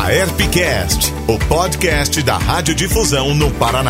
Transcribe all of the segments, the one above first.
AERPcast, o podcast da Radiodifusão no Paraná.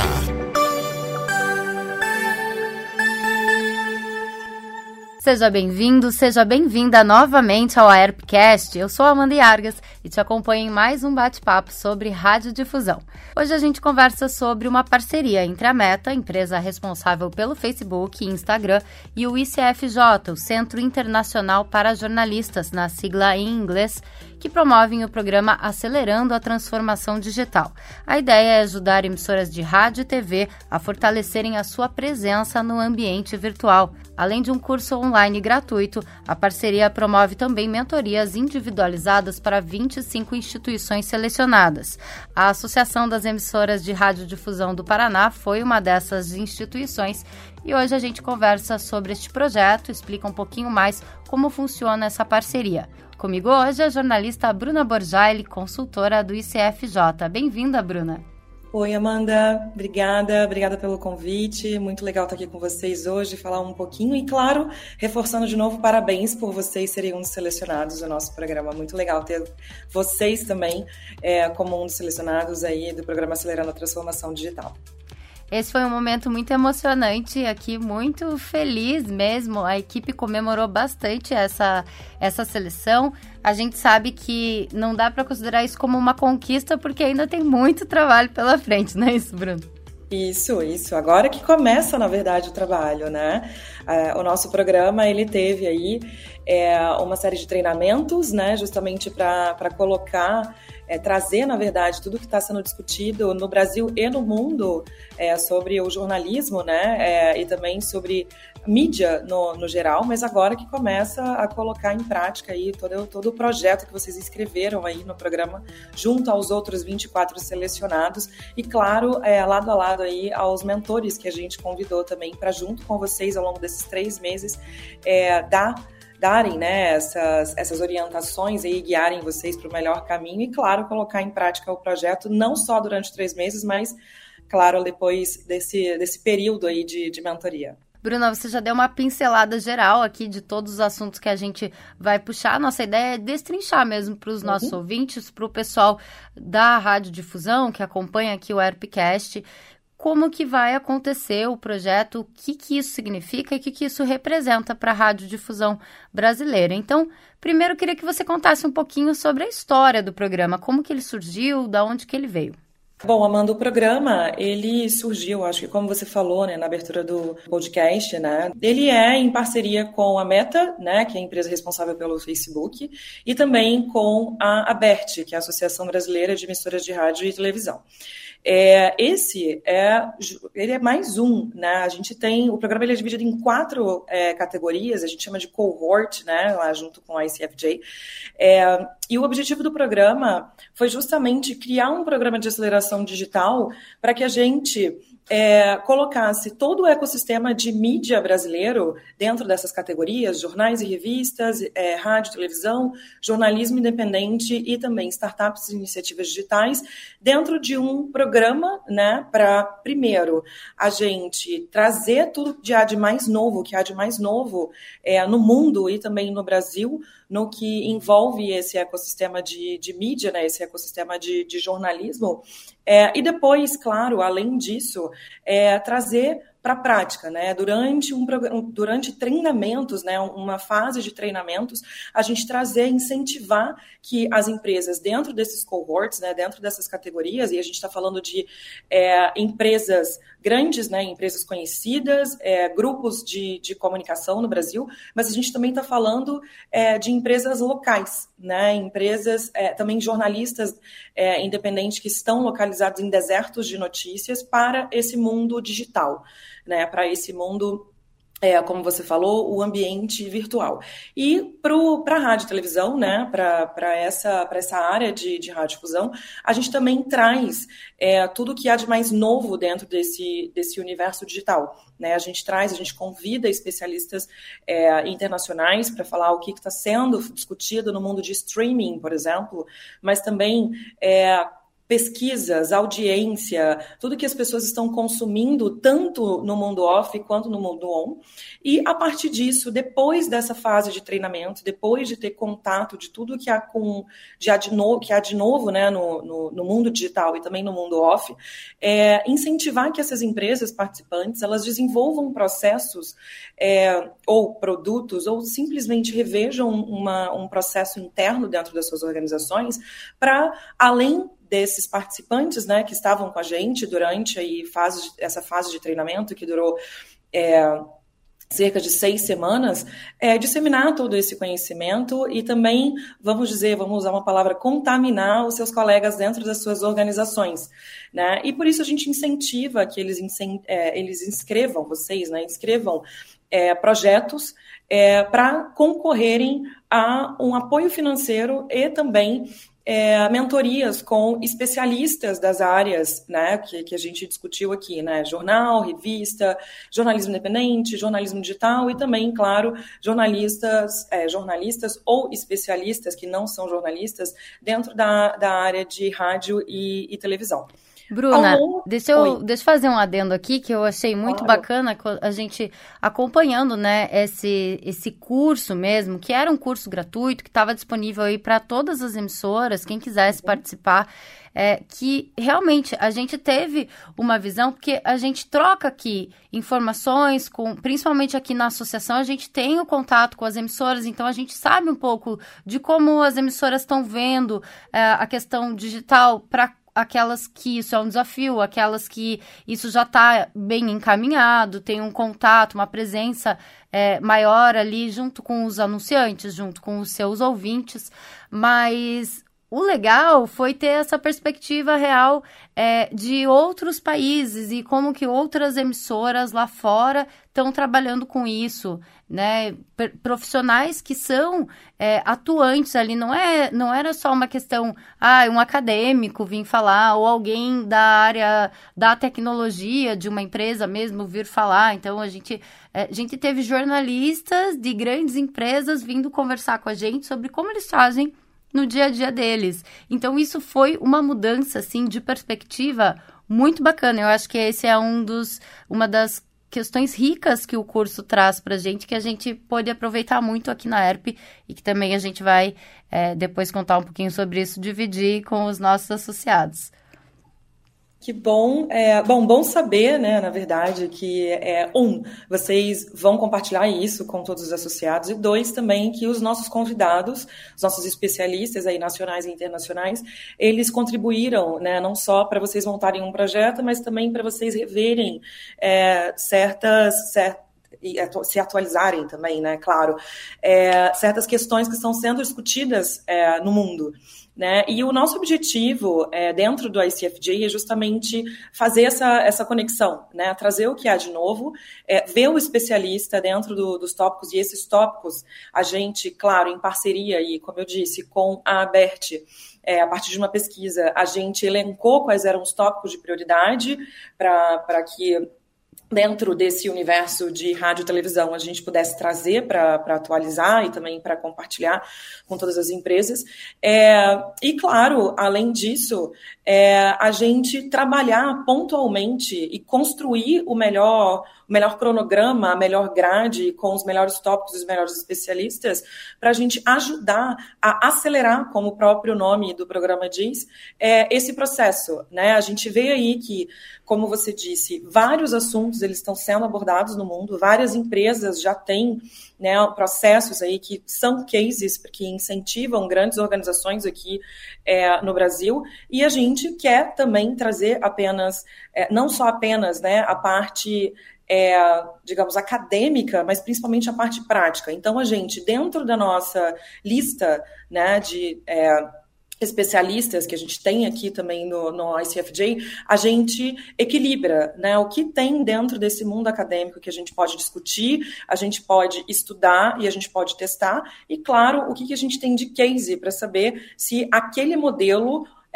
Seja bem-vindo, seja bem-vinda novamente ao AERPcast. Eu sou a Amanda Yargas e te acompanho em mais um bate-papo sobre radiodifusão. Hoje a gente conversa sobre uma parceria entre a Meta, empresa responsável pelo Facebook e Instagram, e o ICFJ, o Centro Internacional para Jornalistas, na sigla em inglês, que promovem o programa Acelerando a Transformação Digital. A ideia é ajudar emissoras de rádio e TV a fortalecerem a sua presença no ambiente virtual. Além de um curso online gratuito, a parceria promove também mentorias individualizadas para 25 instituições selecionadas. A Associação das Emissoras de Radiodifusão do Paraná foi uma dessas instituições e hoje a gente conversa sobre este projeto, explica um pouquinho mais como funciona essa parceria. Comigo hoje é a jornalista Bruna Borjaili, consultora do ICFJ. Bem-vinda, Bruna. Oi, Amanda. Obrigada pelo convite. Muito legal estar aqui com vocês hoje, falar um pouquinho. E, claro, reforçando de novo, parabéns por vocês serem um dos selecionados do nosso programa. Muito legal ter vocês também como um dos selecionados aí do programa Acelerando a Transformação Digital. Esse foi um momento muito emocionante aqui, muito feliz mesmo. A equipe comemorou bastante essa seleção. A gente sabe que não dá para considerar isso como uma conquista, porque ainda tem muito trabalho pela frente, não é isso, Bruno? Isso. Agora que começa, na verdade, o trabalho, né? O nosso programa, ele teve aí uma série de treinamentos, né? Justamente para colocar, trazer, na verdade, tudo que está sendo discutido no Brasil e no mundo sobre o jornalismo, né? E também sobre mídia no geral, mas agora que começa a colocar em prática aí todo o projeto que vocês escreveram aí no programa, junto aos outros 24 selecionados e, claro, lado a lado aí aos mentores que a gente convidou também para, junto com vocês, ao longo desses 3 meses, darem, né, essas orientações e guiarem vocês para o melhor caminho e, claro, colocar em prática o projeto, não só durante 3 meses, mas, claro, depois desse período aí de mentoria. Bruna, você já deu uma pincelada geral aqui de todos os assuntos que a gente vai puxar. Nossa ideia é destrinchar mesmo para os nossos ouvintes, para o pessoal da Radiodifusão que acompanha aqui o AERPcast, como que vai acontecer o projeto, o que isso significa e o que isso representa para a radiodifusão brasileira. Então, primeiro eu queria que você contasse um pouquinho sobre a história do programa, como que ele surgiu, da onde que ele veio. Bom, Amanda, o programa, ele surgiu, acho que como você falou, né, na abertura do podcast, né, ele é em parceria com a Meta, né, que é a empresa responsável pelo Facebook, e também com a ABERT, que é a Associação Brasileira de Emissoras de Rádio e Televisão. Ele é mais um, né? A gente tem, o programa ele é dividido em 4 categorias, a gente chama de cohort, né? Lá junto com a ICFJ. E o objetivo do programa foi justamente criar um programa de aceleração digital para que a gente colocasse todo o ecossistema de mídia brasileiro dentro dessas categorias, jornais e revistas, rádio, televisão, jornalismo independente e também startups e iniciativas digitais, dentro de um programa, né, para, primeiro, a gente trazer tudo que há de mais novo no mundo e também no Brasil, no que envolve esse ecossistema de mídia, né, esse ecossistema de jornalismo, e depois, claro, além disso, trazer para a prática, né? Durante treinamentos, né? Uma fase de treinamentos, a gente incentivar que as empresas dentro desses cohorts, né? Dentro dessas categorias, e a gente está falando de empresas grandes, né? Empresas conhecidas, grupos de comunicação no Brasil, mas a gente também está falando de empresas locais, né? Empresas, também jornalistas independentes que estão localizados em desertos de notícias para esse mundo digital, né, para esse mundo, como você falou, o ambiente virtual. E para a rádio e televisão, né, para essa área de radiodifusão, a gente também traz tudo que há de mais novo dentro desse universo digital. Né? A gente convida especialistas internacionais para falar o que está sendo discutido no mundo de streaming, por exemplo, mas também pesquisas, audiência, tudo que as pessoas estão consumindo, tanto no mundo off quanto no mundo on. E, a partir disso, depois dessa fase de treinamento, depois de ter contato de tudo que há de novo, né, no mundo digital e também no mundo off, incentivar que essas empresas participantes elas desenvolvam processos ou produtos, ou simplesmente revejam um processo interno dentro das suas organizações para, além desses participantes, né, que estavam com a gente durante aí essa fase de treinamento que durou cerca de 6 semanas, disseminar todo esse conhecimento e também, vamos usar uma palavra, contaminar os seus colegas dentro das suas organizações, né? E por isso a gente incentiva que eles inscrevam, vocês, né, inscrevam projetos para concorrerem a um apoio financeiro e também mentorias com especialistas das áreas, né, que a gente discutiu aqui, né, jornal, revista, jornalismo independente, jornalismo digital e também, claro, jornalistas ou especialistas que não são jornalistas dentro da área de rádio e televisão. Bruna, deixa eu fazer um adendo aqui que eu achei muito bacana a gente acompanhando, né, esse curso mesmo, que era um curso gratuito, que estava disponível aí para todas as emissoras, quem quisesse participar, que realmente a gente teve uma visão, porque a gente troca aqui informações, principalmente aqui na associação, a gente tem o contato com as emissoras, então a gente sabe um pouco de como as emissoras estão vendo a questão digital para aquelas que isso é um desafio, aquelas que isso já está bem encaminhado, tem um contato, uma presença maior ali junto com os anunciantes, junto com os seus ouvintes, mas o legal foi ter essa perspectiva real de outros países e como que outras emissoras lá fora estão trabalhando com isso, né? Profissionais que são atuantes ali, não era só uma questão, um acadêmico vir falar ou alguém da área da tecnologia de uma empresa mesmo vir falar. Então a gente teve jornalistas de grandes empresas vindo conversar com a gente sobre como eles fazem no dia a dia deles. Então, isso foi uma mudança, assim, de perspectiva muito bacana. Eu acho que esse é uma das questões ricas que o curso traz pra gente, que a gente pôde aproveitar muito aqui na ERP e que também a gente vai depois contar um pouquinho sobre isso, dividir com os nossos associados. Que bom. Bom saber, né, na verdade, que, vocês vão compartilhar isso com todos os associados, e 2, também que os nossos convidados, os nossos especialistas aí, nacionais e internacionais, eles contribuíram, né, não só para vocês montarem um projeto, mas também para vocês reverem se atualizarem também, né, claro, certas questões que estão sendo discutidas no mundo, né? E o nosso objetivo dentro do ICFJ é justamente fazer essa conexão, né? Trazer o que há de novo, ver o especialista dentro dos tópicos, e esses tópicos a gente, claro, em parceria, e como eu disse, com a ABERT, a partir de uma pesquisa, a gente elencou quais eram os tópicos de prioridade para que dentro desse universo de rádio e televisão a gente pudesse trazer para atualizar e também para compartilhar com todas as empresas. E, claro, além disso, a gente trabalhar pontualmente e construir o melhor cronograma, a melhor grade, com os melhores tópicos e os melhores especialistas, para a gente ajudar a acelerar, como o próprio nome do programa diz, esse processo, né? A gente vê aí que, como você disse, vários assuntos eles estão sendo abordados no mundo, várias empresas já têm, né, processos aí que são cases que incentivam grandes organizações aqui no Brasil, e a gente quer também trazer não só apenas, né, a parte digamos, acadêmica, mas principalmente a parte prática. Então, a gente, dentro da nossa lista, né, de especialistas que a gente tem aqui também no ICFJ, a gente equilibra, né, o que tem dentro desse mundo acadêmico que a gente pode discutir, a gente pode estudar e a gente pode testar, e, claro, o que a gente tem de case para saber se aquele modelo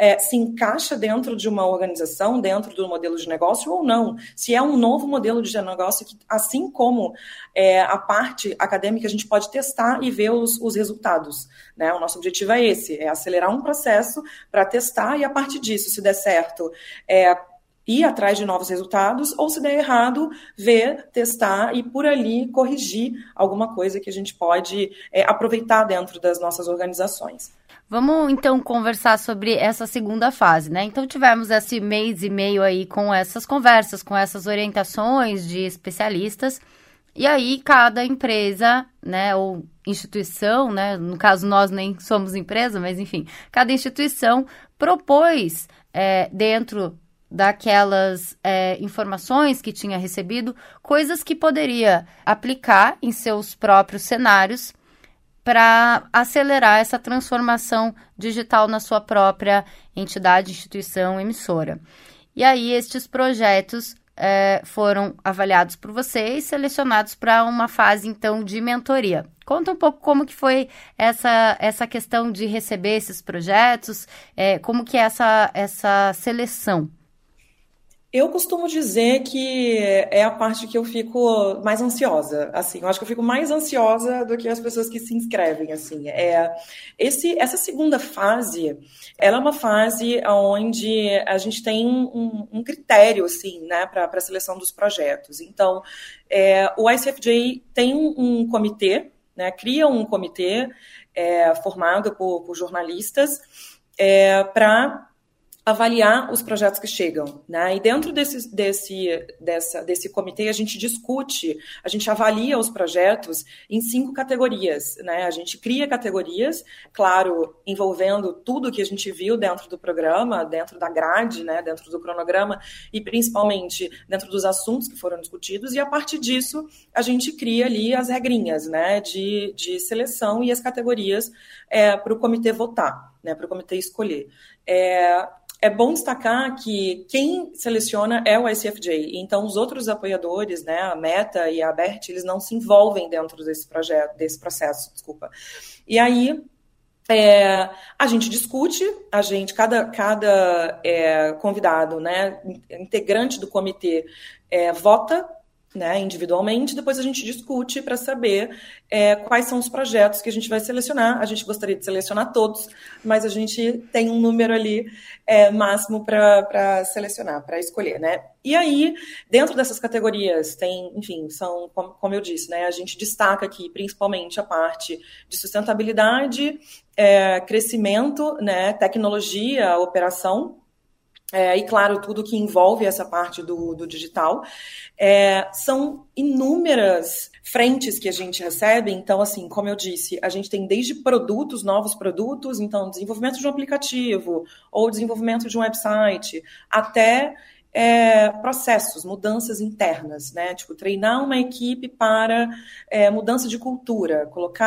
se encaixa dentro de uma organização, dentro do modelo de negócio ou não. Se é um novo modelo de negócio que, assim como a parte acadêmica, a gente pode testar e ver os resultados, né? O nosso objetivo é esse, é acelerar um processo para testar e, a partir disso, se der certo, ir atrás de novos resultados, ou se der errado, ver, testar e por ali corrigir alguma coisa que a gente pode aproveitar dentro das nossas organizações. Vamos, então, conversar sobre essa segunda fase, né? Então, tivemos esse mês e meio aí com essas conversas, com essas orientações de especialistas, e aí cada empresa, né, ou instituição, né, no caso nós nem somos empresa, mas enfim, cada instituição propôs dentro daquelas informações que tinha recebido, coisas que poderia aplicar em seus próprios cenários para acelerar essa transformação digital na sua própria entidade, instituição, emissora. E aí estes projetos foram avaliados por vocês, selecionados para uma fase, então, de mentoria. Conta um pouco como que foi essa questão de receber esses projetos, como que é essa seleção. Eu costumo dizer que é a parte que eu fico mais ansiosa, assim, eu acho que eu fico mais ansiosa do que as pessoas que se inscrevem, assim. Essa segunda fase, ela é uma fase onde a gente tem um critério, assim, né, para a seleção dos projetos. Então, o ICFJ tem um comitê, né, cria um comitê formado por jornalistas para avaliar os projetos que chegam, né? E dentro desse comitê a gente discute, a gente avalia os projetos em 5 categorias, né? A gente cria categorias, claro, envolvendo tudo que a gente viu dentro do programa, dentro da grade, né? Dentro do cronograma e principalmente dentro dos assuntos que foram discutidos, e a partir disso a gente cria ali as regrinhas, né? De seleção e as categorias para o comitê votar, né? Para o comitê escolher. É bom destacar que quem seleciona é o ICFJ, então os outros apoiadores, né, a Meta e a ABERT, eles não se envolvem dentro desse processo. E aí a gente discute, cada convidado, né, integrante do comitê vota, né, individualmente, depois a gente discute para saber quais são os projetos que a gente vai selecionar. A gente gostaria de selecionar todos, mas a gente tem um número ali máximo para selecionar, para escolher, né? E aí, dentro dessas categorias, tem, enfim, são, como eu disse, né, a gente destaca aqui principalmente a parte de sustentabilidade, crescimento, né, tecnologia, operação, e, claro, tudo que envolve essa parte do digital. São inúmeras frentes que a gente recebe. Então, assim, como eu disse, a gente tem desde produtos, novos produtos, então, desenvolvimento de um aplicativo ou desenvolvimento de um website, até processos, mudanças internas, né? Tipo, treinar uma equipe para mudança de cultura,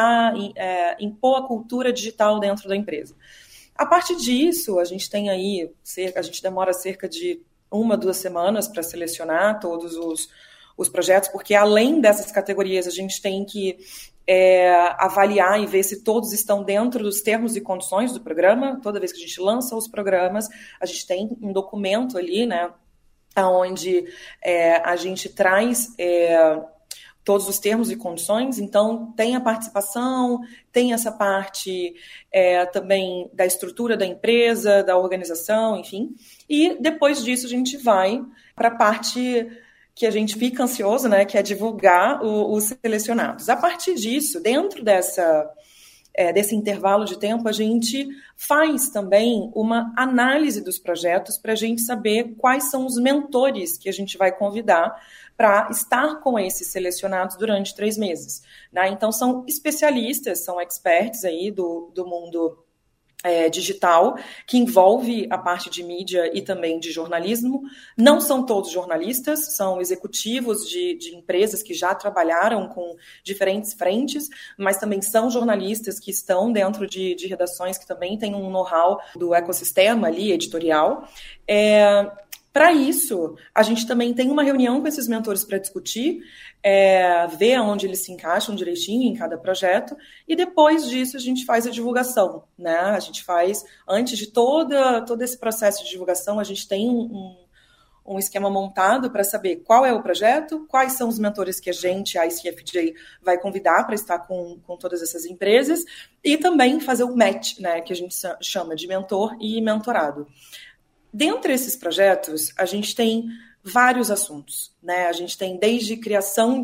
impor a cultura digital dentro da empresa. A partir disso, a gente tem aí, a gente demora cerca de 1-2 semanas para selecionar todos os projetos, porque além dessas categorias, a gente tem que avaliar e ver se todos estão dentro dos termos e condições do programa. Toda vez que a gente lança os programas, a gente tem um documento ali, né, onde a gente traz todos os termos e condições. Então, tem a participação, tem essa parte também da estrutura da empresa, da organização, enfim. E depois disso a gente vai para a parte que a gente fica ansioso, né, que é divulgar os selecionados. A partir disso, dentro desse intervalo de tempo, a gente faz também uma análise dos projetos para a gente saber quais são os mentores que a gente vai convidar para estar com esses selecionados durante 3 meses. Né? Então, são especialistas, são experts aí do mundo digital, que envolve a parte de mídia e também de jornalismo. Não são todos jornalistas, são executivos de empresas que já trabalharam com diferentes frentes, mas também são jornalistas que estão dentro de redações que também têm um know-how do ecossistema ali, editorial. Para isso, a gente também tem uma reunião com esses mentores para discutir, ver onde eles se encaixam direitinho em cada projeto, e depois disso a gente faz a divulgação, né? A gente faz, antes de todo esse processo de divulgação, a gente tem um esquema montado para saber qual é o projeto, quais são os mentores que a ICFJ, vai convidar para estar com todas essas empresas, e também fazer o match, né, que a gente chama de mentor e mentorado. Dentre esses projetos, a gente tem vários assuntos, né? A gente tem desde criação,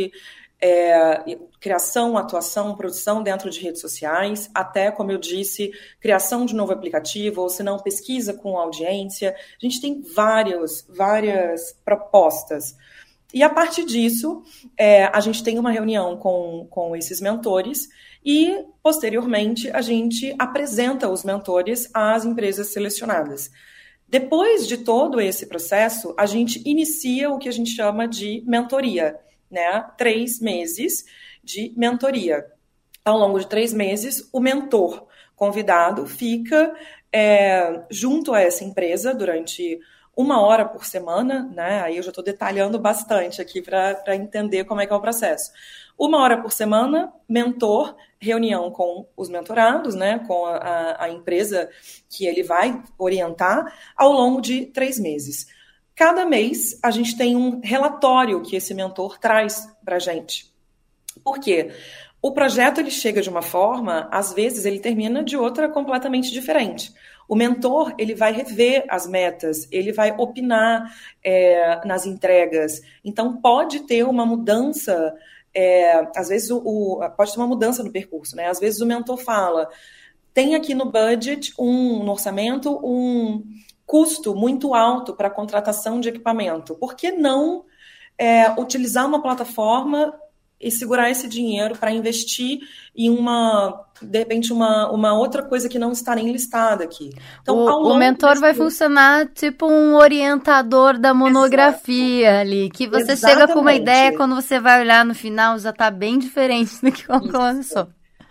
atuação, produção dentro de redes sociais, até, como eu disse, criação de novo aplicativo, ou se não, pesquisa com audiência. A gente tem várias propostas. E a partir disso, a gente tem uma reunião com esses mentores e, posteriormente, a gente apresenta os mentores às empresas selecionadas. Depois de todo esse processo, a gente inicia o que a gente chama de mentoria, né? 3 meses de mentoria. Ao longo de 3 meses, o mentor convidado fica junto a essa empresa durante 1 hora por semana, né? Aí eu já estou detalhando bastante aqui para entender como é que é o processo. 1 hora por semana, mentor, reunião com os mentorados, né, com a empresa que ele vai orientar ao longo de 3 meses. Cada mês, a gente tem um relatório que esse mentor traz para a gente. Por quê? O projeto ele chega de uma forma, às vezes ele termina de outra completamente diferente. O mentor ele vai rever as metas, ele vai opinar nas entregas. Então, pode ter uma mudança. Às vezes pode ter uma mudança no percurso, né? Às vezes o mentor fala, tem aqui no budget, no orçamento, um custo muito alto para a contratação de equipamento. Por que não utilizar uma plataforma e segurar esse dinheiro para investir em de repente, uma outra coisa que não está nem listada aqui? Então, o mentor vai funcionar tipo um orientador da monografia ali, que você chega com uma ideia, quando você vai olhar no final já está bem diferente do que começou.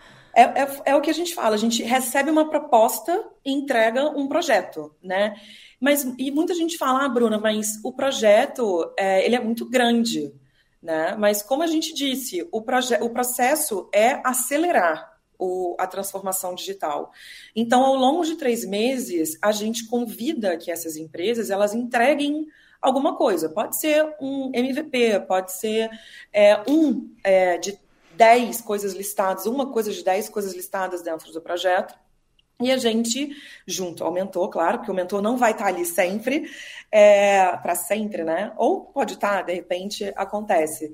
É o que a gente fala, a gente recebe uma proposta e entrega um projeto, né? E muita gente fala, Bruna, mas o projeto ele é muito grande, né? Mas como a gente disse, o processo é acelerar a transformação digital. Então, ao longo de 3 meses, a gente convida que essas empresas elas entreguem alguma coisa. Pode ser um MVP, pode ser de 10 coisas listadas, uma coisa de 10 coisas listadas dentro do projeto. E a gente, junto ao mentor, claro, porque o mentor não vai estar ali sempre, para sempre, né? Ou pode estar, de repente, acontece.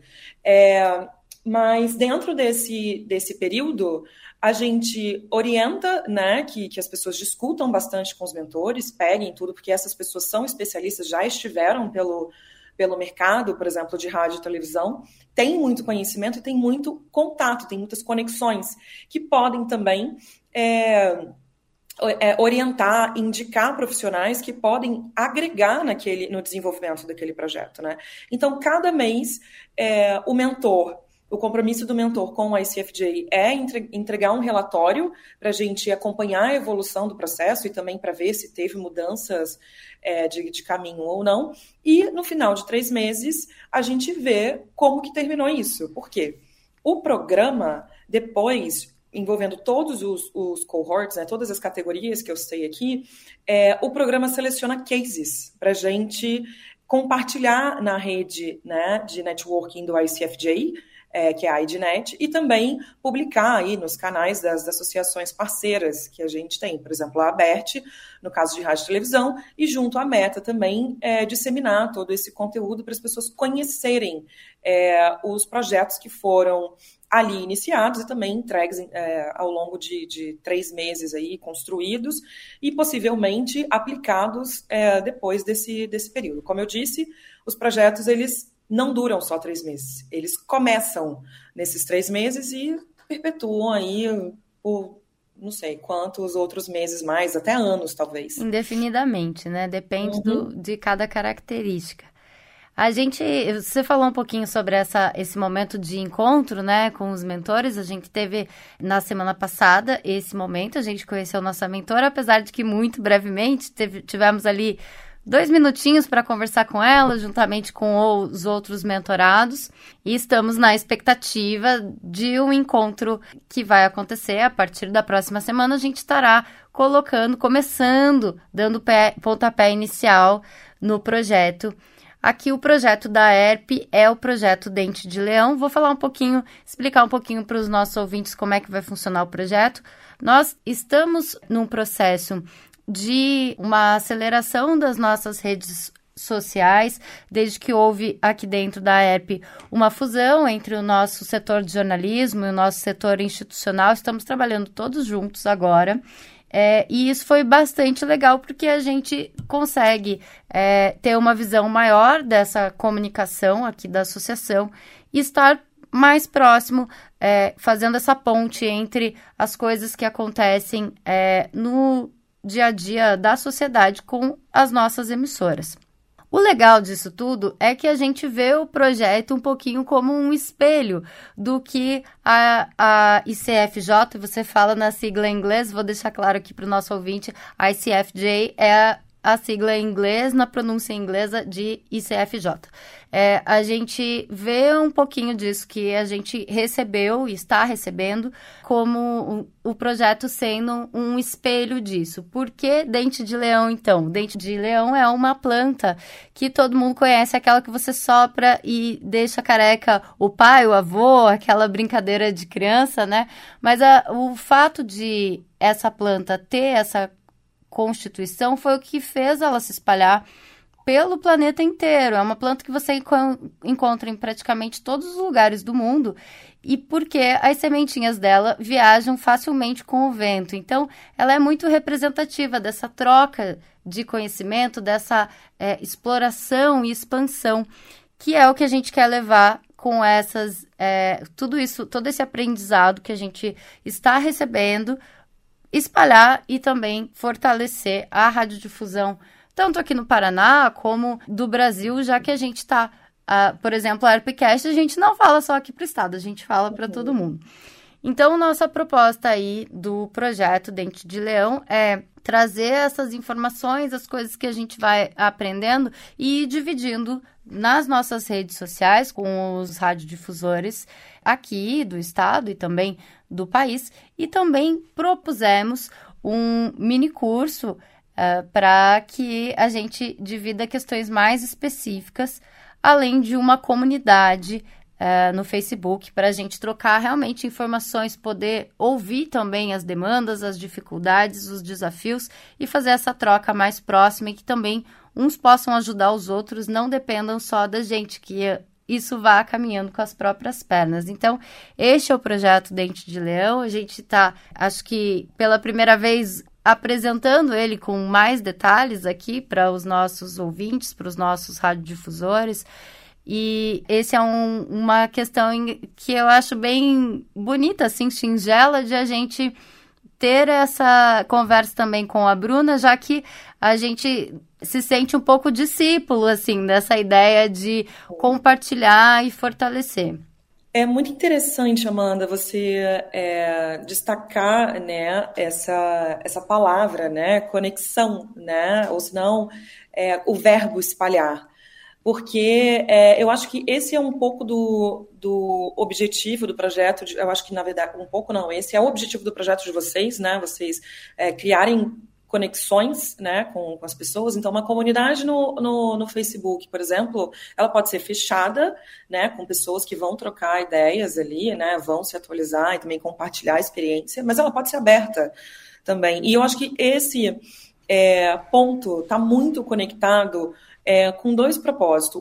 Mas dentro desse período, a gente orienta, né, que as pessoas discutam bastante com os mentores, peguem tudo, porque essas pessoas são especialistas, já estiveram pelo mercado, por exemplo, de rádio e televisão, tem muito conhecimento e tem muito contato, tem muitas conexões, que podem também orientar, indicar profissionais que podem agregar no desenvolvimento daquele projeto, né? Então, cada mês, o compromisso do mentor com a ICFJ é entregar um relatório para a gente acompanhar a evolução do processo e também para ver se teve mudanças de caminho ou não. E no final de 3 meses, a gente vê como que terminou isso. Por quê? O programa, depois, envolvendo todos os cohorts, né, todas as categorias que eu citei aqui, o programa seleciona cases para a gente compartilhar na rede, né, de networking do ICFJ, que é a IDNet, e também publicar aí nos canais das associações parceiras que a gente tem, por exemplo, a ABERT, no caso de rádio e televisão, e junto à Meta também disseminar todo esse conteúdo para as pessoas conhecerem os projetos que foram ali iniciados e também entregues ao longo de 3 meses aí, construídos e possivelmente aplicados depois desse período. Como eu disse, os projetos, eles não duram só 3 meses. Eles começam nesses 3 meses e perpetuam aí por não sei quantos outros meses mais, até anos, talvez. Indefinidamente, né? Depende de cada característica. Você falou um pouquinho sobre esse momento de encontro, né, com os mentores. A gente teve na semana passada esse momento, a gente conheceu nossa mentora, apesar de que muito brevemente tivemos ali 2 minutinhos para conversar com ela, juntamente com os outros mentorados. E estamos na expectativa de um encontro que vai acontecer a partir da próxima semana. A gente estará começando, dando pontapé inicial no projeto. Aqui o projeto da ERP é o projeto Dente de Leão. Vou explicar um pouquinho para os nossos ouvintes como é que vai funcionar o projeto. Nós estamos num processo de uma aceleração das nossas redes sociais, desde que houve aqui dentro da ERP uma fusão entre o nosso setor de jornalismo e o nosso setor institucional. Estamos trabalhando todos juntos agora. E isso foi bastante legal, porque a gente consegue ter uma visão maior dessa comunicação aqui da associação e estar mais próximo, fazendo essa ponte entre as coisas que acontecem no dia a dia da sociedade com as nossas emissoras. O legal disso tudo é que a gente vê o projeto um pouquinho como um espelho do que a ICFJ, você fala na sigla em inglês, vou deixar claro aqui para o nosso ouvinte, a ICFJ é a sigla em inglês, na pronúncia inglesa de ICFJ. A gente vê um pouquinho disso que a gente recebeu e está recebendo como o projeto sendo um espelho disso. Por que dente de leão, então? Dente de leão é uma planta que todo mundo conhece, aquela que você sopra e deixa careca o pai, o avô, aquela brincadeira de criança, né? Mas o fato de essa planta ter essa constituição foi o que fez ela se espalhar pelo planeta inteiro. É uma planta que você encontra em praticamente todos os lugares do mundo, e porque as sementinhas dela viajam facilmente com o vento. Então, ela é muito representativa dessa troca de conhecimento, dessa exploração e expansão, que é o que a gente quer levar com tudo isso, todo esse aprendizado que a gente está recebendo, espalhar e também fortalecer a radiodifusão, tanto aqui no Paraná como do Brasil, já que a gente está, por exemplo, a ERPcast, a gente não fala só aqui para o estado, a gente fala para todo mundo. Então, nossa proposta aí do projeto Dente de Leão é trazer essas informações, as coisas que a gente vai aprendendo e ir dividindo nas nossas redes sociais com os radiodifusores aqui do estado e também do país. E também propusemos um mini curso para que a gente divida questões mais específicas, além de uma comunidade no Facebook, para a gente trocar realmente informações, poder ouvir também as demandas, as dificuldades, os desafios e fazer essa troca mais próxima e que também uns possam ajudar os outros, não dependam só da gente, que isso vá caminhando com as próprias pernas. Então, este é o projeto Dente de Leão. A gente está, acho que pela primeira vez, apresentando ele com mais detalhes aqui para os nossos ouvintes, para os nossos radiodifusores. E esse é uma questão que eu acho bem bonita, assim, singela, de a gente ter essa conversa também com a Bruna, já que a gente se sente um pouco discípulo, assim, dessa ideia de compartilhar e fortalecer. É muito interessante, Amanda, você destacar, né, essa palavra, né, conexão, né, ou senão o verbo espalhar. Porque eu acho que esse é um pouco do objetivo do projeto, eu acho que, na verdade, um pouco não, esse é o objetivo do projeto de vocês, né? Vocês criarem conexões, né, com as pessoas. Então, uma comunidade no Facebook, por exemplo, ela pode ser fechada, né, com pessoas que vão trocar ideias ali, né, vão se atualizar e também compartilhar a experiência, mas ela pode ser aberta também. E eu acho que esse ponto está muito conectado com dois propósitos.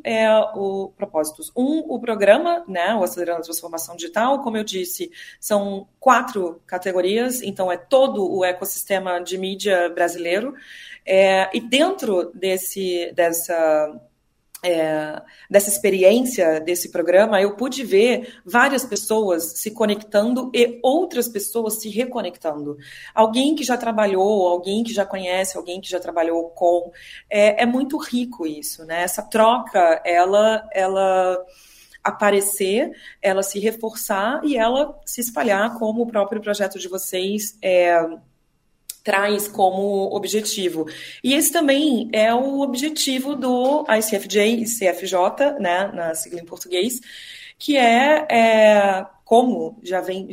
O programa, né, o Acelerando a Transformação Digital, como eu disse, são 4 categorias, então é todo o ecossistema de mídia brasileiro, e dentro dessa experiência desse programa, eu pude ver várias pessoas se conectando e outras pessoas se reconectando. Alguém que já trabalhou, alguém que já conhece, alguém que já trabalhou com. É muito rico isso, né? Essa troca, ela aparecer, ela se reforçar e ela se espalhar, como o próprio projeto de vocês traz como objetivo. E esse também é o objetivo do ICFJ e CFJ, né, na sigla em português, que como já vem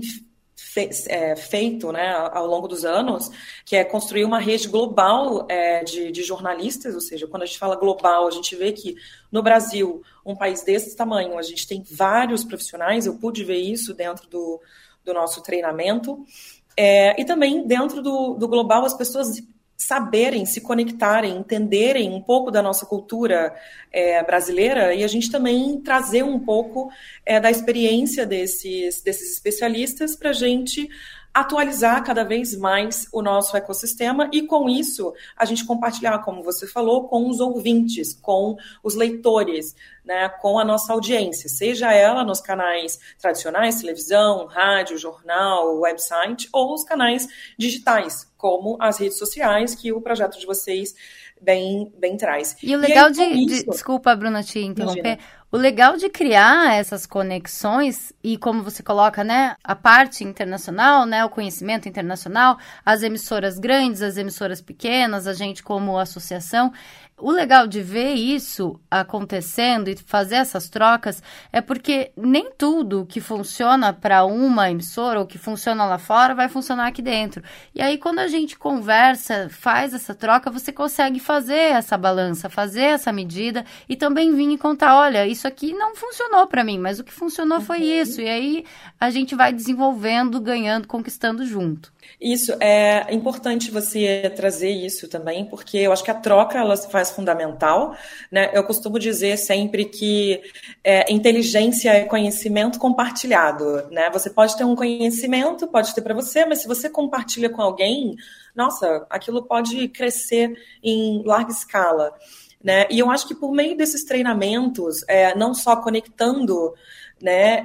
feito, né, ao longo dos anos, que é construir uma rede global de jornalistas, ou seja, quando a gente fala global, a gente vê que no Brasil, um país desse tamanho, a gente tem vários profissionais, eu pude ver isso dentro do nosso treinamento, e também dentro do global as pessoas saberem, se conectarem, entenderem um pouco da nossa cultura brasileira e a gente também trazer um pouco da experiência desses especialistas para a gente atualizar cada vez mais o nosso ecossistema e, com isso, a gente compartilhar, como você falou, com os ouvintes, com os leitores, né, com a nossa audiência, seja ela nos canais tradicionais, televisão, rádio, jornal, website, ou os canais digitais, como as redes sociais, que o projeto de vocês bem traz. E o legal desculpa, Bruna, te interromper. Imagina. O legal de criar essas conexões e como você coloca, né, a parte internacional, né, o conhecimento internacional, as emissoras grandes, as emissoras pequenas, a gente como associação, o legal de ver isso acontecendo e fazer essas trocas é porque nem tudo que funciona para uma emissora ou que funciona lá fora vai funcionar aqui dentro. E aí, quando a gente conversa, faz essa troca, você consegue fazer essa balança, fazer essa medida e também vir e contar, olha, isso aqui não funcionou para mim, mas o que funcionou foi isso. E aí, a gente vai desenvolvendo, ganhando, conquistando junto. Isso, é importante você trazer isso também, porque eu acho que a troca, ela se faz fundamental, né? Eu costumo dizer sempre que inteligência é conhecimento compartilhado, né? Você pode ter um conhecimento, pode ter para você, mas se você compartilha com alguém, nossa, aquilo pode crescer em larga escala, né? E eu acho que por meio desses treinamentos, não só conectando, né,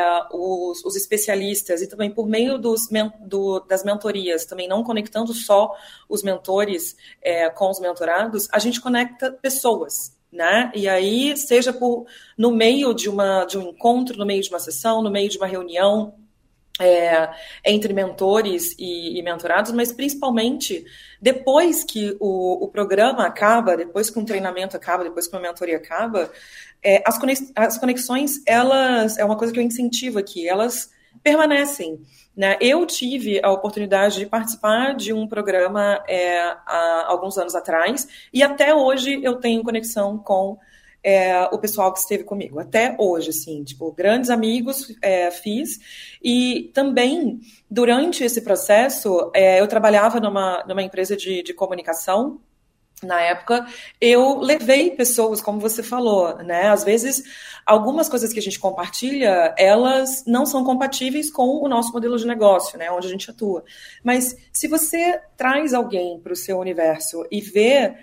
os especialistas e também por meio das mentorias, também não conectando só os mentores com os mentorados, a gente conecta pessoas, né? E aí, seja no meio de um encontro, no meio de uma sessão, no meio de uma reunião, entre mentores e mentorados, mas principalmente depois que o programa acaba, depois que um treinamento acaba, depois que uma mentoria acaba, as conexões, elas, é uma coisa que eu incentivo aqui, elas permanecem, né? Eu tive a oportunidade de participar de um programa há alguns anos atrás e até hoje eu tenho conexão com o pessoal que esteve comigo, até hoje, assim, tipo, grandes amigos fiz, e também, durante esse processo, eu trabalhava numa empresa de comunicação. Na época, eu levei pessoas, como você falou, né? Às vezes, algumas coisas que a gente compartilha, elas não são compatíveis com o nosso modelo de negócio, né? Onde a gente atua. Mas se você traz alguém para o seu universo e vê,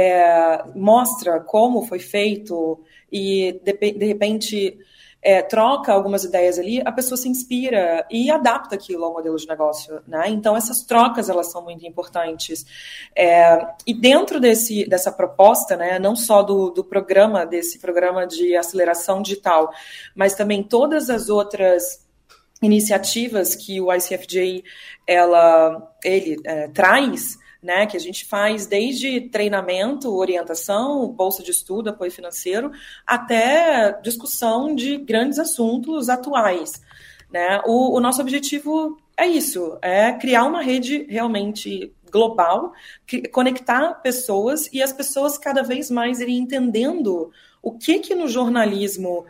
mostra como foi feito e, de repente, troca algumas ideias ali, a pessoa se inspira e adapta aquilo ao modelo de negócio, né? Então, essas trocas, elas são muito importantes. E dentro dessa proposta, né, não só desse programa de aceleração digital, mas também todas as outras iniciativas que o ICFJ ele traz, né, que a gente faz desde treinamento, orientação, bolsa de estudo, apoio financeiro, até discussão de grandes assuntos atuais, né? O nosso objetivo é isso, é criar uma rede realmente global, conectar pessoas e as pessoas cada vez mais irem entendendo o que no jornalismo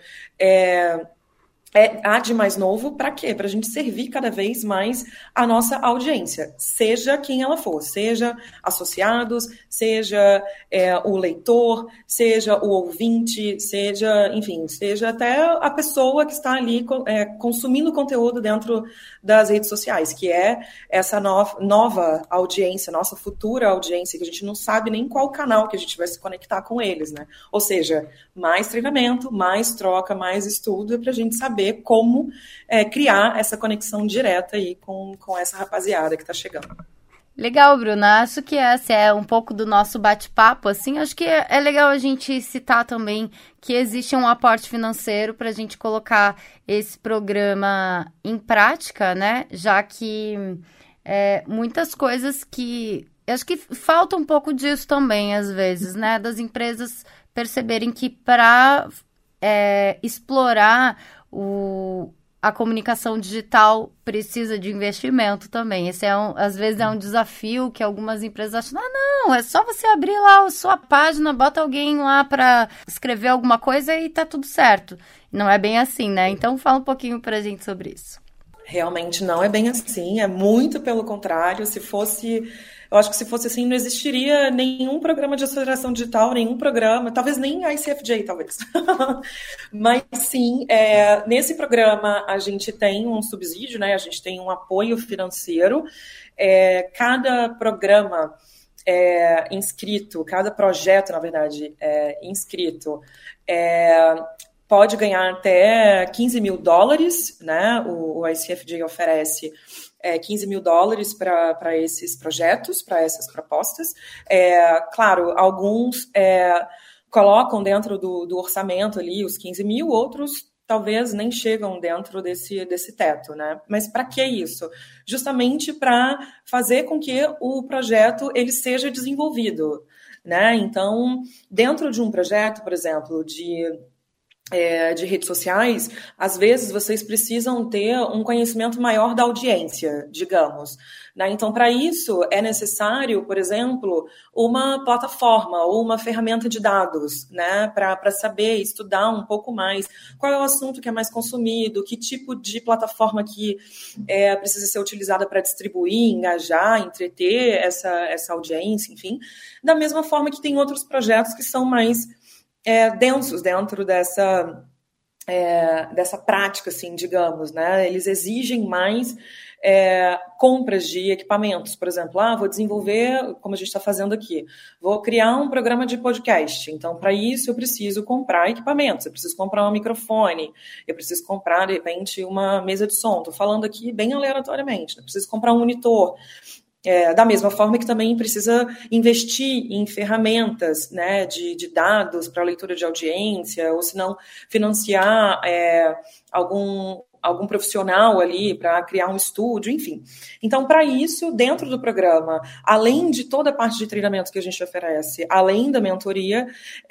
há de mais novo, para quê? Para a gente servir cada vez mais a nossa audiência, seja quem ela for, seja associados, seja o leitor, seja o ouvinte, seja até a pessoa que está ali consumindo conteúdo dentro das redes sociais, que é essa nova audiência, nossa futura audiência, que a gente não sabe nem qual canal que a gente vai se conectar com eles, né? Ou seja, mais treinamento, mais troca, mais estudo, para a gente saber como criar essa conexão direta aí com essa rapaziada que está chegando. Legal, Bruna. Acho que esse é um pouco do nosso bate-papo, assim. Acho que é legal a gente citar também que existe um aporte financeiro para a gente colocar esse programa em prática, né? Já que muitas coisas que... Eu acho que falta um pouco disso também, às vezes, né? Das empresas perceberem que para explorar a comunicação digital precisa de investimento também. Esse às vezes é um desafio que algumas empresas acham, não, é só você abrir lá a sua página, bota alguém lá para escrever alguma coisa e tá tudo certo. Não é bem assim, né? Então fala um pouquinho pra gente sobre isso. Realmente não é bem assim, é muito pelo contrário. Eu acho que se fosse assim, não existiria nenhum programa de aceleração digital, nenhum programa, talvez nem a ICFJ, talvez. Mas sim, nesse programa a gente tem um subsídio, né? A gente tem um apoio financeiro. Cada programa inscrito, cada projeto, na verdade, inscrito, pode ganhar até $15 mil, né? O ICFJ oferece $15 mil para esses projetos, para essas propostas. Claro, alguns colocam dentro do orçamento ali os 15 mil, outros talvez nem chegam dentro desse teto, né? Mas para que isso? Justamente para fazer com que o projeto ele seja desenvolvido, né? Então, dentro de um projeto, por exemplo, de redes sociais, às vezes vocês precisam ter um conhecimento maior da audiência, digamos, né? Então, para isso, é necessário, por exemplo, uma plataforma ou uma ferramenta de dados, né? Para saber, estudar um pouco mais qual é o assunto que é mais consumido, que tipo de plataforma que precisa ser utilizada para distribuir, engajar, entreter essa audiência, enfim. Da mesma forma que tem outros projetos que são mais densos dentro dessa prática, assim, digamos, né? Eles exigem mais compras de equipamentos, por exemplo, vou desenvolver, como a gente está fazendo aqui, vou criar um programa de podcast, então, para isso, eu preciso comprar equipamentos, eu preciso comprar um microfone, eu preciso comprar, de repente, uma mesa de som, estou falando aqui bem aleatoriamente, eu preciso comprar um monitor. Da mesma forma que também precisa investir em ferramentas, né, de dados para leitura de audiência, ou se não, financiar algum profissional ali para criar um estúdio, enfim. Então, para isso, dentro do programa, além de toda a parte de treinamento que a gente oferece, além da mentoria,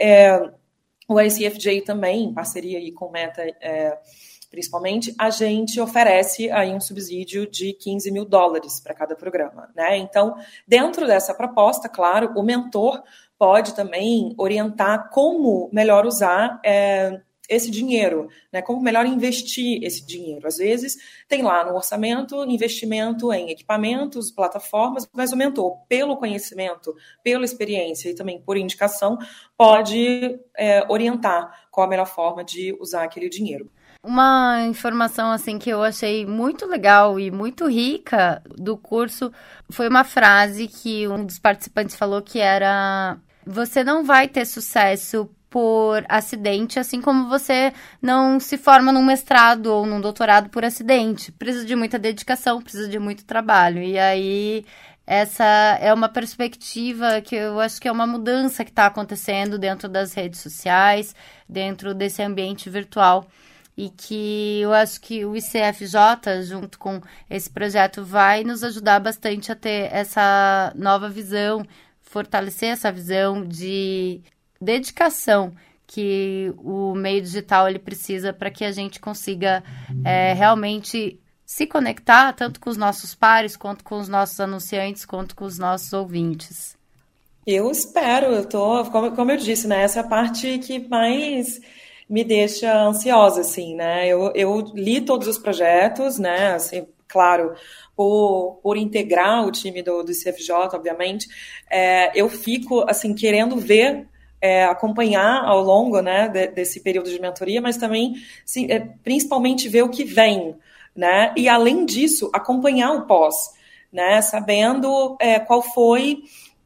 o ICFJ também, em parceria aí com o Meta, principalmente, a gente oferece aí um subsídio de $15 mil para cada programa, né? Então, dentro dessa proposta, claro, o mentor pode também orientar como melhor usar esse dinheiro, né? Como melhor investir esse dinheiro. Às vezes, tem lá no orçamento investimento em equipamentos, plataformas, mas o mentor, pelo conhecimento, pela experiência e também por indicação, pode orientar qual a melhor forma de usar aquele dinheiro. Uma informação assim que eu achei muito legal e muito rica do curso foi uma frase que um dos participantes falou que era: você não vai ter sucesso por acidente, assim como você não se forma num mestrado ou num doutorado por acidente. Precisa de muita dedicação, precisa de muito trabalho. E aí essa é uma perspectiva que eu acho que é uma mudança que está acontecendo dentro das redes sociais, dentro desse ambiente virtual. E que eu acho que o ICFJ, junto com esse projeto, vai nos ajudar bastante a ter essa nova visão, fortalecer essa visão de dedicação que o meio digital ele precisa para que a gente consiga realmente se conectar tanto com os nossos pares, quanto com os nossos anunciantes, quanto com os nossos ouvintes. Eu espero, como eu disse, né, essa é a parte que mais me deixa ansiosa, assim, né? Eu li todos os projetos, né? Assim, claro, por integrar o time do ICFJ, obviamente, eu fico, assim, querendo ver, acompanhar ao longo, né, desse período de mentoria, mas também, sim, principalmente ver o que vem, né? E, além disso, acompanhar o pós, né? Sabendo qual foi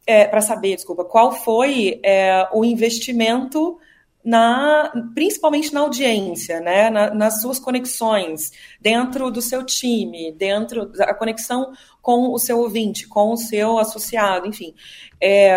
o investimento principalmente na audiência, né? Nas suas conexões, dentro do seu time, dentro da conexão com o seu ouvinte, com o seu associado, enfim.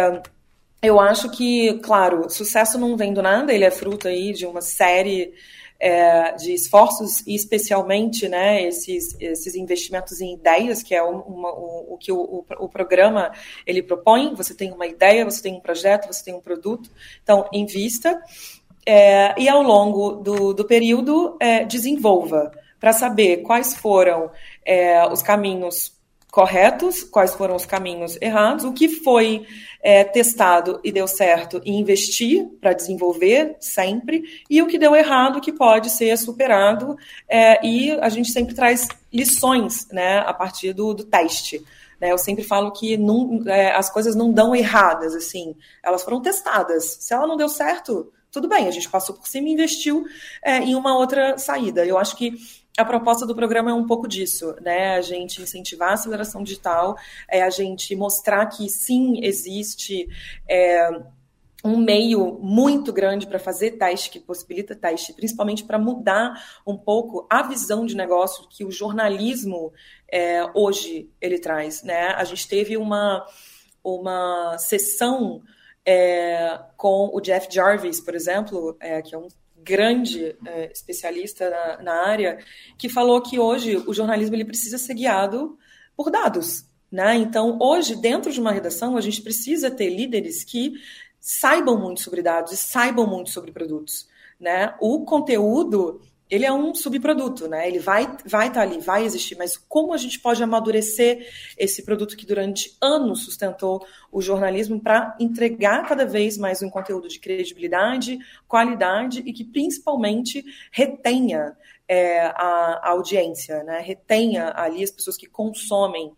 Eu acho que, claro, sucesso não vem do nada, ele é fruto aí de uma série de esforços, e especialmente, né, esses investimentos em ideias, que é o que o programa ele propõe. Você tem uma ideia, você tem um projeto, você tem um produto, então invista, e ao longo do período desenvolva, para saber quais foram os caminhos corretos, quais foram os caminhos errados, o que foi testado e deu certo e investir para desenvolver sempre, e o que deu errado que pode ser superado, e a gente sempre traz lições, né, a partir do teste. Né, eu sempre falo que as coisas não dão erradas, assim, elas foram testadas. Se ela não deu certo, tudo bem, a gente passou por cima e investiu em uma outra saída. Eu acho que a proposta do programa é um pouco disso, né? A gente incentivar a aceleração digital, a gente mostrar que sim, existe um meio muito grande para fazer teste, que possibilita teste, principalmente para mudar um pouco a visão de negócio que o jornalismo hoje ele traz, né? A gente teve uma sessão com o Jeff Jarvis, por exemplo, que é um grande especialista na área, que falou que hoje o jornalismo ele precisa ser guiado por dados, né? Então, hoje, dentro de uma redação, a gente precisa ter líderes que saibam muito sobre dados e saibam muito sobre produtos, né? O conteúdo, ele é um subproduto, né? Ele vai estar ali, vai existir, mas como a gente pode amadurecer esse produto que durante anos sustentou o jornalismo para entregar cada vez mais um conteúdo de credibilidade, qualidade e que principalmente retenha a audiência, né? Retenha ali as pessoas que consomem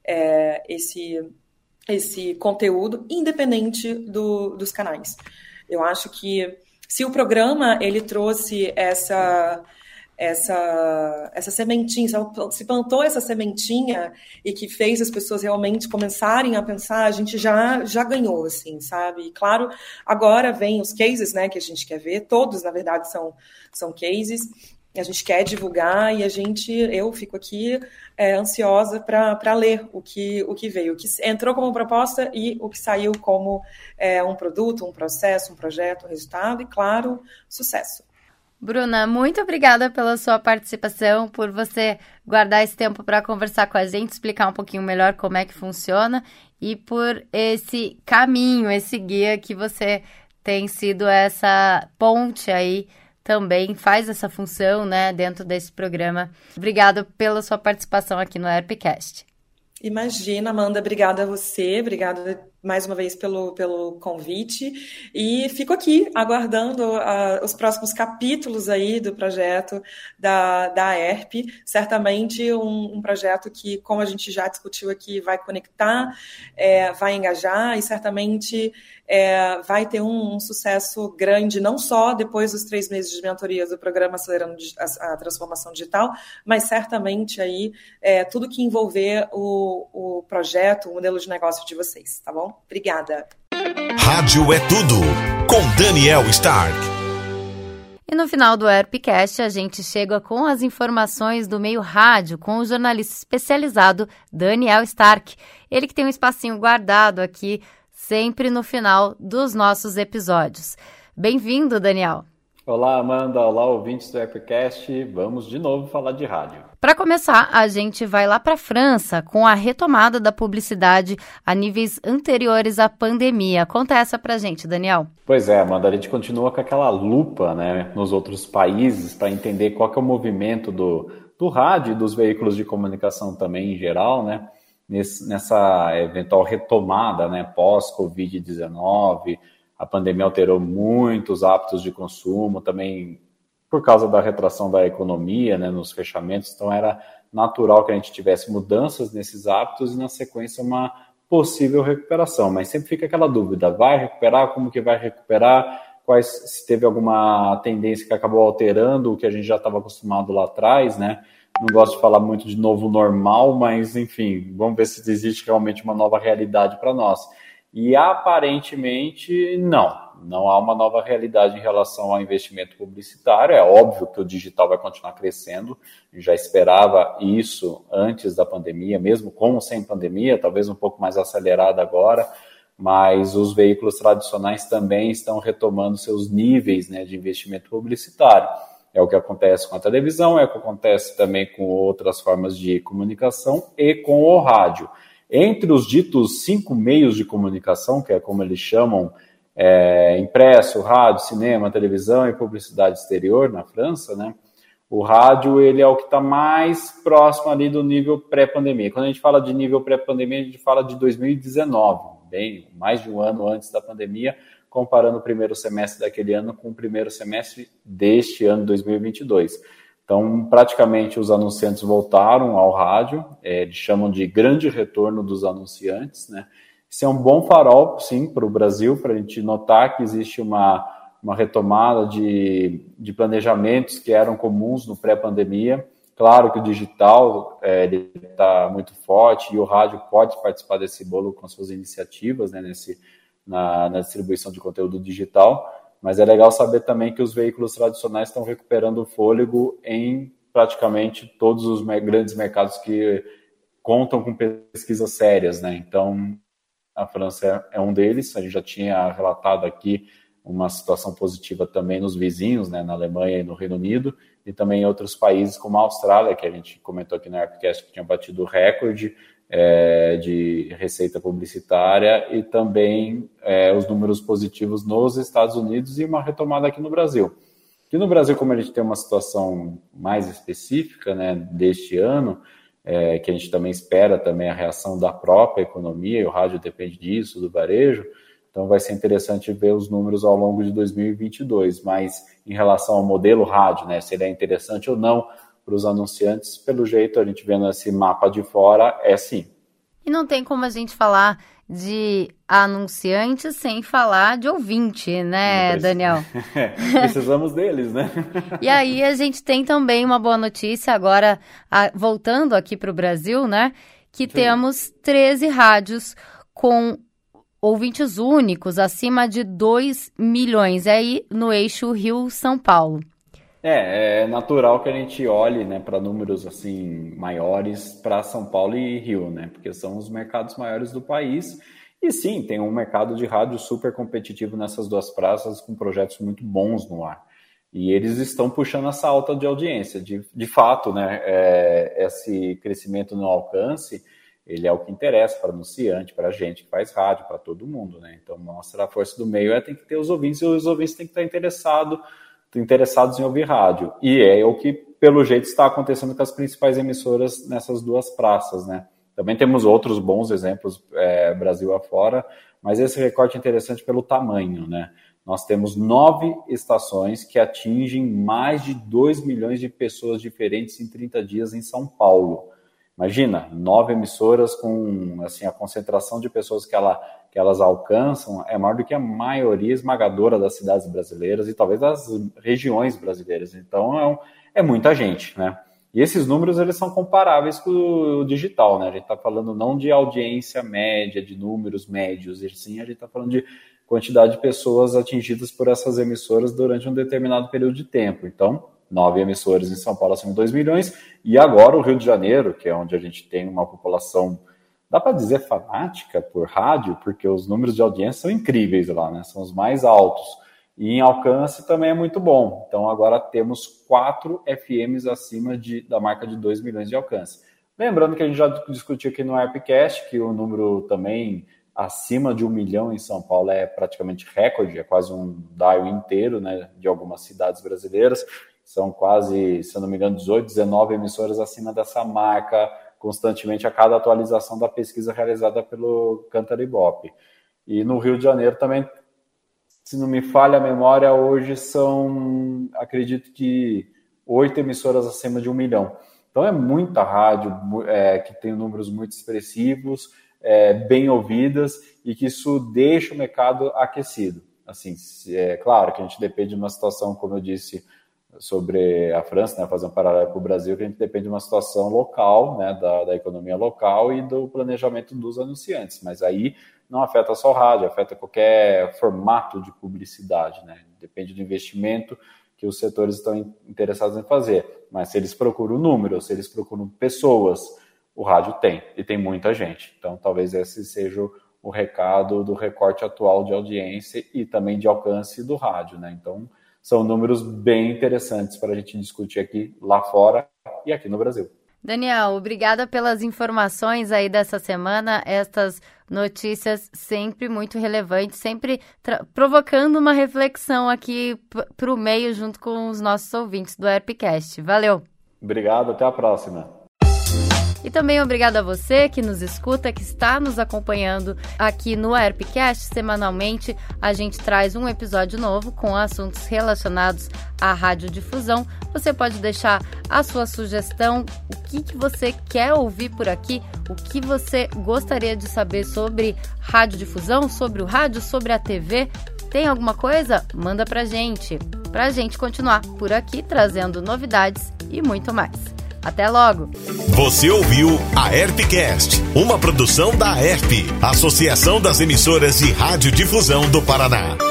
esse conteúdo, independente dos canais. Eu acho que se o programa ele trouxe essa sementinha, se plantou essa sementinha e que fez as pessoas realmente começarem a pensar, a gente já ganhou, assim, sabe? E claro, agora vem os cases, né, que a gente quer ver, todos, na verdade, são cases, a gente quer divulgar e eu fico aqui ansiosa para ler o que veio, o que entrou como proposta e o que saiu como um produto, um processo, um projeto, um resultado e, claro, sucesso. Bruna, muito obrigada pela sua participação, por você guardar esse tempo para conversar com a gente, explicar um pouquinho melhor como é que funciona e por esse caminho, esse guia que você tem sido essa ponte aí, também faz essa função, né, dentro desse programa. Obrigada pela sua participação aqui no ERPcast. Imagina, Amanda, obrigada a você, obrigada mais uma vez pelo convite e fico aqui aguardando os próximos capítulos aí do projeto da ERP, certamente um projeto que, como a gente já discutiu aqui, vai conectar, vai engajar e certamente vai ter um sucesso grande, não só depois dos 3 meses de mentoria do programa Acelerando a Transformação Digital, mas certamente aí tudo que envolver o projeto, o modelo de negócio de vocês, tá bom? Obrigada. Rádio é tudo, com Daniel Stark. E no final do ERPcast, a gente chega com as informações do meio rádio com o jornalista especializado Daniel Stark. Ele que tem um espacinho guardado aqui, sempre no final dos nossos episódios. Bem-vindo, Daniel. Olá, Amanda. Olá, ouvintes do ERPcast. Vamos de novo falar de rádio. Para começar, a gente vai lá para a França com a retomada da publicidade a níveis anteriores à pandemia. Conta essa para a gente, Daniel. Pois é, Amanda, a gente continua com aquela lupa, né, nos outros países para entender qual que é o movimento do rádio e dos veículos de comunicação também em geral, né, nessa eventual retomada, né, pós-Covid-19. A pandemia alterou muitos hábitos de consumo, também por causa da retração da economia, né, nos fechamentos, então era natural que a gente tivesse mudanças nesses hábitos e, na sequência, uma possível recuperação. Mas sempre fica aquela dúvida, vai recuperar? Como que vai recuperar? Se teve alguma tendência que acabou alterando o que a gente já estava acostumado lá atrás, né? Não gosto de falar muito de novo normal, mas, enfim, vamos ver se existe realmente uma nova realidade para nós. E aparentemente não há uma nova realidade em relação ao investimento publicitário. É óbvio que o digital vai continuar crescendo, já esperava isso antes da pandemia, mesmo com ou sem pandemia, talvez um pouco mais acelerada agora, mas os veículos tradicionais também estão retomando seus níveis, né, de investimento publicitário. É o que acontece com a televisão, é o que acontece também com outras formas de comunicação e com o rádio. Entre os ditos 5 meios de comunicação, que é como eles chamam, impresso, rádio, cinema, televisão e publicidade exterior na França, né? O rádio, ele é o que está mais próximo ali do nível pré-pandemia. Quando a gente fala de nível pré-pandemia, a gente fala de 2019, bem, mais de um ano antes da pandemia, comparando o primeiro semestre daquele ano com o primeiro semestre deste ano, 2022. Então, praticamente, os anunciantes voltaram ao rádio, eles chamam de grande retorno dos anunciantes, né? Isso é um bom farol, sim, para o Brasil, para a gente notar que existe uma retomada de planejamentos que eram comuns no pré-pandemia. Claro que o digital está muito forte e o rádio pode participar desse bolo com suas iniciativas, né, na distribuição de conteúdo digital, mas é legal saber também que os veículos tradicionais estão recuperando o fôlego em praticamente todos os grandes mercados que contam com pesquisas sérias, né? Então, a França é um deles. A gente já tinha relatado aqui uma situação positiva também nos vizinhos, né, na Alemanha e no Reino Unido, e também em outros países como a Austrália, que a gente comentou aqui no ARPcast, que tinha batido o recorde de receita publicitária, e também os números positivos nos Estados Unidos e uma retomada aqui no Brasil. Aqui no Brasil, como a gente tem uma situação mais específica, né, deste ano, que a gente também espera também a reação da própria economia, e o rádio depende disso, do varejo. Então vai ser interessante ver os números ao longo de 2022, mas em relação ao modelo rádio, né, se ele é interessante ou não para os anunciantes, pelo jeito, a gente vendo esse mapa de fora, sim. E não tem como a gente falar de anunciante sem falar de ouvinte, né, Daniel? Precisamos deles, né? E aí a gente tem também uma boa notícia agora, voltando aqui para o Brasil, né, que Sim. Temos 13 rádios com ouvintes únicos, acima de 2 milhões, aí no eixo Rio-São Paulo. É natural que a gente olhe, né, para números assim maiores para São Paulo e Rio, né, porque são os mercados maiores do país. E sim, tem um mercado de rádio super competitivo nessas duas praças, com projetos muito bons no ar. E eles estão puxando essa alta de audiência. De fato, né, esse crescimento no alcance, ele é o que interessa para anunciante, para a gente que faz rádio, para todo mundo, né? Então, mostra a força do meio, tem que ter os ouvintes, e os ouvintes têm que estar interessados em ouvir rádio. E é o que, pelo jeito, está acontecendo com as principais emissoras nessas duas praças, né? Também temos outros bons exemplos, Brasil afora, mas esse recorte é interessante pelo tamanho, né? Nós temos 9 estações que atingem mais de 2 milhões de pessoas diferentes em 30 dias em São Paulo. Imagina, 9 emissoras com assim, a concentração de pessoas que elas alcançam é maior do que a maioria esmagadora das cidades brasileiras e talvez das regiões brasileiras. Então, é muita gente, né? E esses números, eles são comparáveis com o digital, né? A gente está falando não de audiência média, de números médios, e sim a gente está falando de quantidade de pessoas atingidas por essas emissoras durante um determinado período de tempo. Então, 9 emissoras em São Paulo acima de 2 milhões, e agora o Rio de Janeiro, que é onde a gente tem uma população, dá para dizer fanática por rádio, porque os números de audiência são incríveis lá, né? São os mais altos. E em alcance também é muito bom. Então agora temos 4 FMs acima da marca de 2 milhões de alcance. Lembrando que a gente já discutiu aqui no ARPcast que o número também acima de 1 milhão em São Paulo é praticamente recorde, é quase um dial inteiro, né, de algumas cidades brasileiras. São quase, se eu não me engano, 18, 19 emissoras acima dessa marca, constantemente a cada atualização da pesquisa realizada pelo Cantar Ibope. E no Rio de Janeiro também, se não me falha a memória, hoje são, acredito que 8 emissoras acima de 1 milhão. Então é muita rádio que tem números muito expressivos, bem ouvidas, e que isso deixa o mercado aquecido. Assim, é claro que a gente depende de uma situação, como eu disse, sobre a França, né, fazer um paralelo com o Brasil, que a gente depende de uma situação local, né, da economia local e do planejamento dos anunciantes, mas aí não afeta só o rádio, afeta qualquer formato de publicidade, né, depende do investimento que os setores estão interessados em fazer, mas se eles procuram números, se eles procuram pessoas, o rádio tem, e tem muita gente, então talvez esse seja o recado do recorte atual de audiência e também de alcance do rádio, né, então são números bem interessantes para a gente discutir aqui lá fora e aqui no Brasil. Daniel, obrigada pelas informações aí dessa semana, estas notícias sempre muito relevantes, sempre provocando uma reflexão aqui para o meio junto com os nossos ouvintes do ERPcast. Valeu! Obrigado, até a próxima! E também obrigado a você que nos escuta, que está nos acompanhando aqui no ERPcast. Semanalmente a gente traz um episódio novo com assuntos relacionados à radiodifusão. Você pode deixar a sua sugestão, o que você quer ouvir por aqui, o que você gostaria de saber sobre radiodifusão, sobre o rádio, sobre a TV. Tem alguma coisa? Manda pra gente continuar por aqui trazendo novidades e muito mais. Até logo! Você ouviu a ERPcast, uma produção da ERP, Associação das Emissoras de Radiodifusão do Paraná.